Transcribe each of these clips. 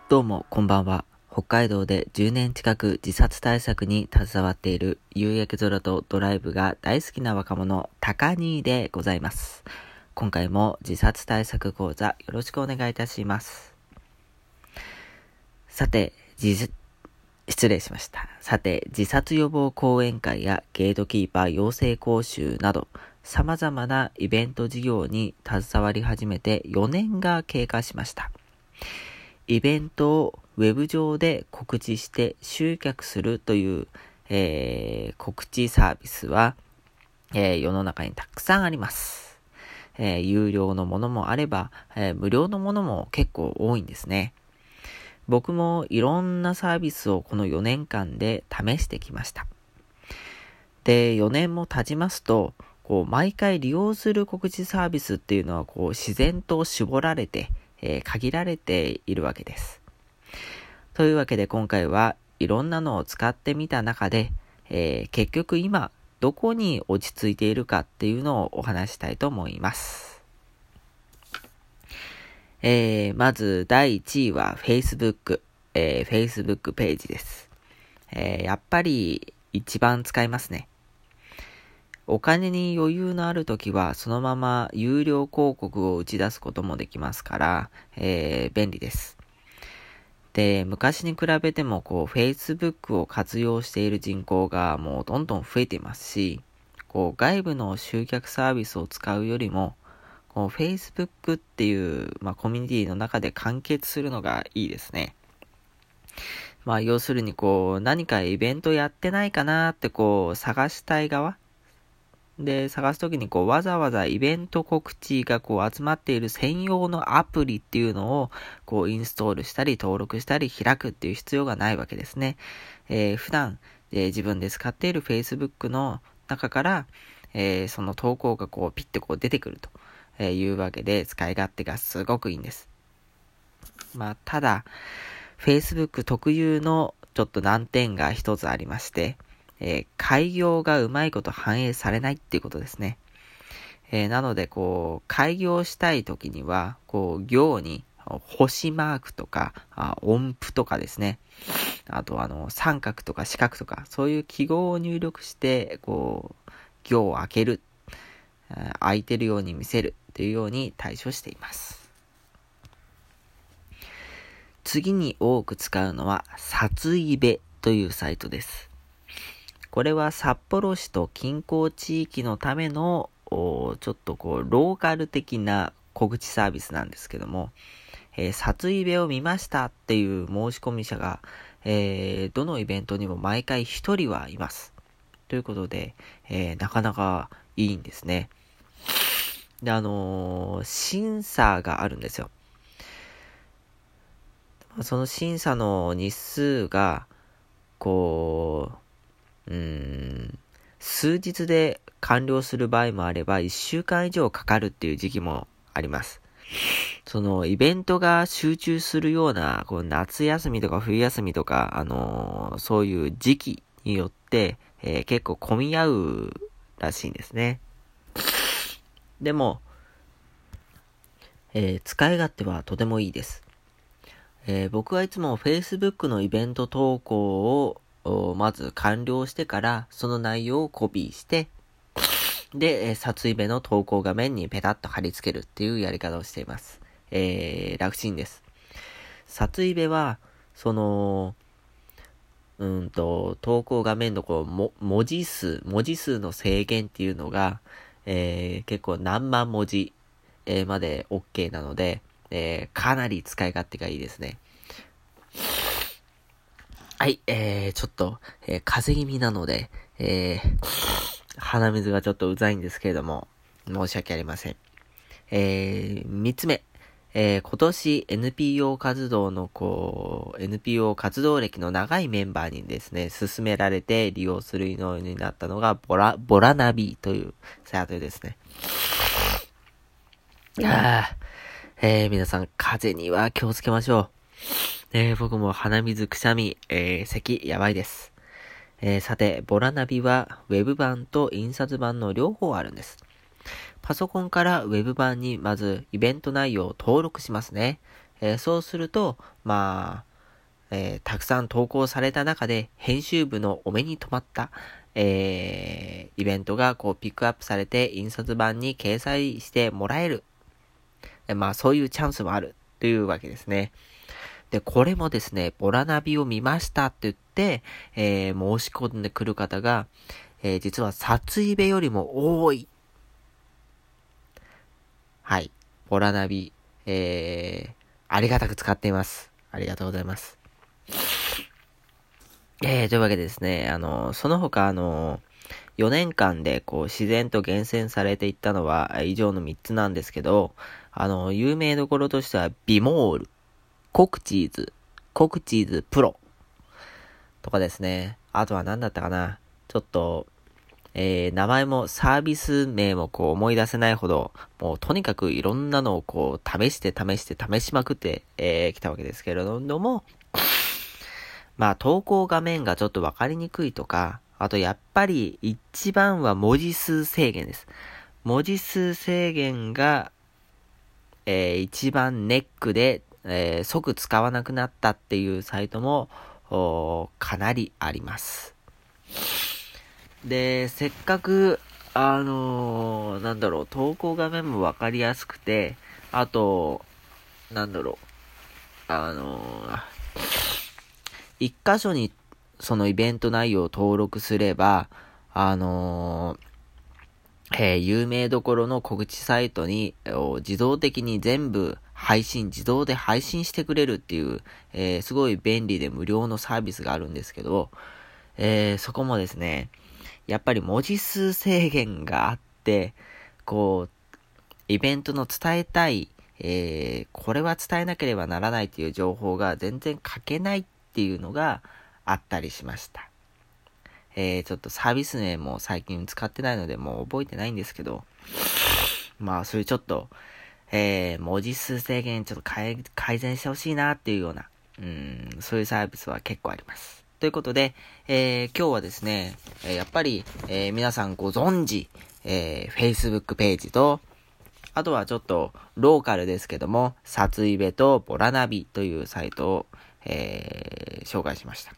どうもこんばんは。北海道で10年近く自殺対策に携わっている夕焼け空とドライブが大好きな若者タカニーでございます。今回も自殺対策講座よろしくお願いいたします。さて自殺予防講演会やゲートキーパー養成講習など様々なイベント事業に携わり始めて4年が経過しました。イベントをウェブ上で告知して集客するという、告知サービスは、世の中にたくさんあります。有料のものもあれば、無料のものも結構多いんですね。僕もいろんなサービスをこの4年間で試してきました。で、4年も経ちますと、毎回利用する告知サービスっていうのは自然と絞られて、限られているわけです。というわけで今回はいろんなのを使ってみた中で、結局今どこに落ち着いているかっていうのをお話したいと思います。まず第1位は Facebook、Facebook ページです。やっぱり一番使いますね。お金に余裕のあるときはそのまま有料広告を打ち出すこともできますから、便利です。で、昔に比べてもFacebook を活用している人口がもうどんどん増えていますし、外部の集客サービスを使うよりも、Facebook っていう、コミュニティの中で完結するのがいいですね。要するに何かイベントやってないかなって探したい側で探すときにわざわざイベント告知が集まっている専用のアプリっていうのをインストールしたり登録したり開くっていう必要がないわけですね。普段、自分で使っている Facebook の中から、その投稿がピッて出てくるというわけで使い勝手がすごくいいんです。ただ Facebook 特有のちょっと難点が一つありまして、開業がうまいこと反映されないっていうことですね。なので開業したいときには行に星マークとか音符とかですね、あと三角とか四角とかそういう記号を入力して行を開ける、開いてるように見せるというように対処しています。次に多く使うのはさついべというサイトです。これは札幌市と近郊地域のためのちょっとローカル的な告知サービスなんですけども、撮影を見ましたっていう申し込み者が、どのイベントにも毎回一人はいます。ということで、なかなかいいんですね。で、審査があるんですよ。その審査の日数が、数日で完了する場合もあれば1週間以上かかるっていう時期もあります。そのイベントが集中するような夏休みとか冬休みとか、そういう時期によって、結構混み合うらしいんですね。でも、使い勝手はとてもいいです。僕はいつも Facebook のイベント投稿をまず完了してからその内容をコピーしてで、撮影部の投稿画面にペタッと貼り付けるっていうやり方をしています。楽ちんです。撮影部は投稿画面の文字数の制限っていうのが、結構何万文字、まで OK なので、かなり使い勝手がいいですね。はい、ちょっと、風邪気味なので、鼻水がちょっとうざいんですけれども、申し訳ありません。3つ目、今年 NPO 活動歴の長いメンバーにですね、勧められて利用するようになったのがボラナビというサイトですね。皆さん風邪には気をつけましょう。僕も鼻水くしゃみ、咳やばいです。さてボラナビはウェブ版と印刷版の両方あるんです。パソコンからウェブ版にまずイベント内容を登録しますね。 そうすると、たくさん投稿された中で、編集部のお目に留まった、イベントがこうピックアップされて、印刷版に掲載してもらえる。そういうチャンスもあるというわけですね。で、これもですね、ボラナビを見ましたって言って、申し込んでくる方が、実は札イベよりも多い。はい。ボラナビ、ありがたく使っています。ありがとうございます。というわけでですね、その他、4年間でこう自然と厳選されていったのは以上の3つなんですけど、有名どころとしては、ビモール、コクチーズプロとかですね。あとは何だったかな。ちょっと、名前もサービス名もこう思い出せないほど、もうとにかくいろんなのをこう試しまくって、きたわけですけれども、投稿画面がちょっとわかりにくいとか、あとやっぱり一番は文字数制限です。文字数制限が、一番ネックで、即使わなくなったっていうサイトもかなりあります。で、せっかく投稿画面もわかりやすくて、あと一箇所にそのイベント内容を登録すれば、有名どころの告知サイトに自動的に全部自動で配信してくれるっていう、すごい便利で無料のサービスがあるんですけど、そこもですね、やっぱり文字数制限があって、こう、イベントの伝えたい、これは伝えなければならないっていう情報が全然書けないっていうのがあったりしました。ちょっとサービス名も最近使ってないのでもう覚えてないんですけど、そういうちょっと、文字数制限ちょっと改善してほしいなっていうような、そういうサービスは結構あります。ということで、今日はですね、やっぱり、皆さんご存知、Facebook ページと、あとはちょっとローカルですけども、サツイベとボラナビというサイトを、紹介しました。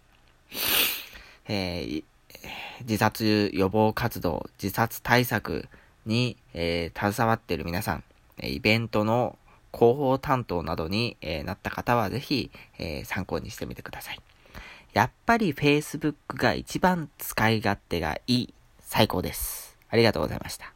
自殺予防活動、自殺対策に、携わっている皆さん、イベントの広報担当などに、なった方はぜひ、参考にしてみてください。やっぱり Facebook が一番使い勝手がいい、最高です。ありがとうございました。